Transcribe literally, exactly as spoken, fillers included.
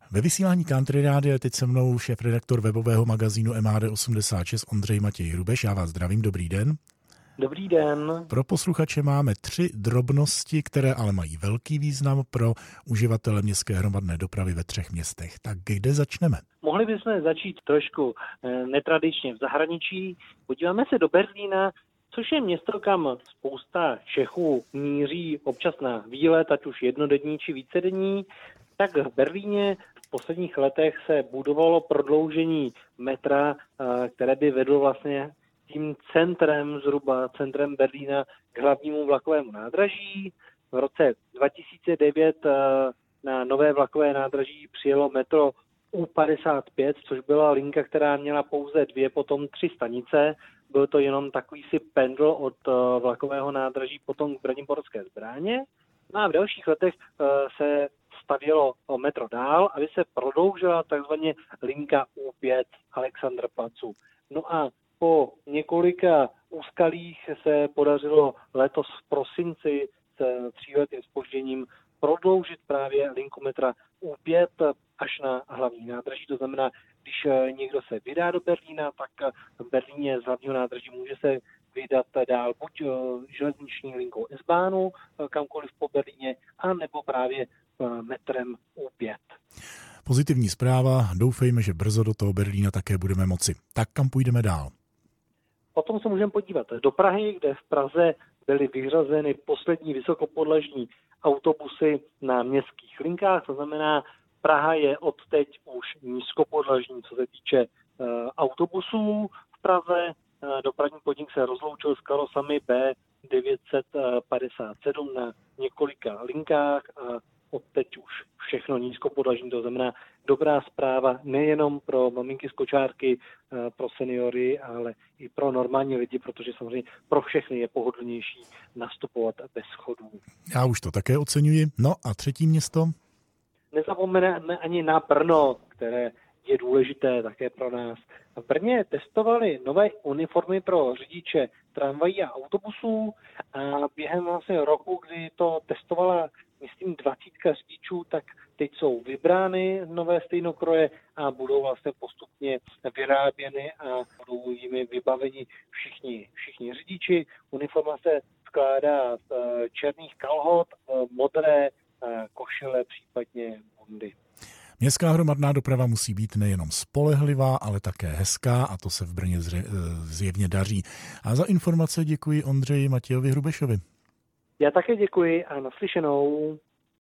Ve vysílání Country Rádia je teď se mnou šéfredaktor webového magazínu M H D osmdesát šest Ondřej Matěj Hrubeš. Já vás zdravím, dobrý den. Dobrý den. Pro posluchače máme tři drobnosti, které ale mají velký význam pro uživatele městské hromadné dopravy ve třech městech. Tak kde začneme? Mohli bychom začít trošku netradičně v zahraničí. Podíváme se do Berlína, což je město, kam spousta Čechů míří občas na výlet, ať už jednodenní či vícedenní. Tak v Berlíně v posledních letech se budovalo prodloužení metra, které by vedlo vlastně tím centrem, zhruba centrem Berlína k hlavnímu vlakovému nádraží. V roce dva tisíce devět na nové vlakové nádraží přijelo metro U padesát pět, což byla linka, která měla pouze dvě, potom tři stanice. Byl to jenom takový si pendl od vlakového nádraží potom k Braniborské Zbráně. No a v dalších letech se stavělo metro dál, aby se prodloužila takzvaně linka U pět Alexanderplacu. No a po několika úskalích se podařilo letos v prosinci s tříletým zpožděním prodloužit právě linku metra U pět až na hlavní nádraží. To znamená, když někdo se vydá do Berlína, tak v Berlíně z hlavního nádraží může se vydat dál buď železniční linkou S-Bahnu kamkoliv po Berlíně, anebo právě metrem U pět. Pozitivní zpráva, doufejme, že brzo do toho Berlína také budeme moci. Tak kam půjdeme dál? Potom se můžeme podívat do Prahy, kde v Praze byly vyřazeny poslední vysokopodlažní autobusy na městských linkách. To znamená, Praha je od teď už nízkopodlažní, co se týče uh, autobusů v Praze. Uh, dopravní podnik se rozloučil s karosami B devět set padesát sedm na několika linkách a od teď už všechno nízkopodlažní, to znamená dobrá zpráva nejenom pro maminky z kočárky, pro seniory, ale i pro normální lidi, protože samozřejmě pro všechny je pohodlnější nastupovat bez schodů. Já už to také oceňuji. No a třetí město? Nezapomeneme ani na Brno, které je důležité také pro nás. V Brně testovali nové uniformy pro řidiče tramvají a autobusů a během vlastně roku, kdy to testovala myslím dvacítka řidičů, tak teď jsou vybrány nové stejnokroje a budou vlastně postupně vyráběny a budou jimi vybaveni všichni, všichni řidiči. Uniforma se skládá z černých kalhot, modré košile, případně bundy. Městská hromadná doprava musí být nejenom spolehlivá, ale také hezká a to se v Brně zjevně daří. A za informace děkuji Ondřeji Matějovi Hrubešovi. Já také děkuji a naslyšenou.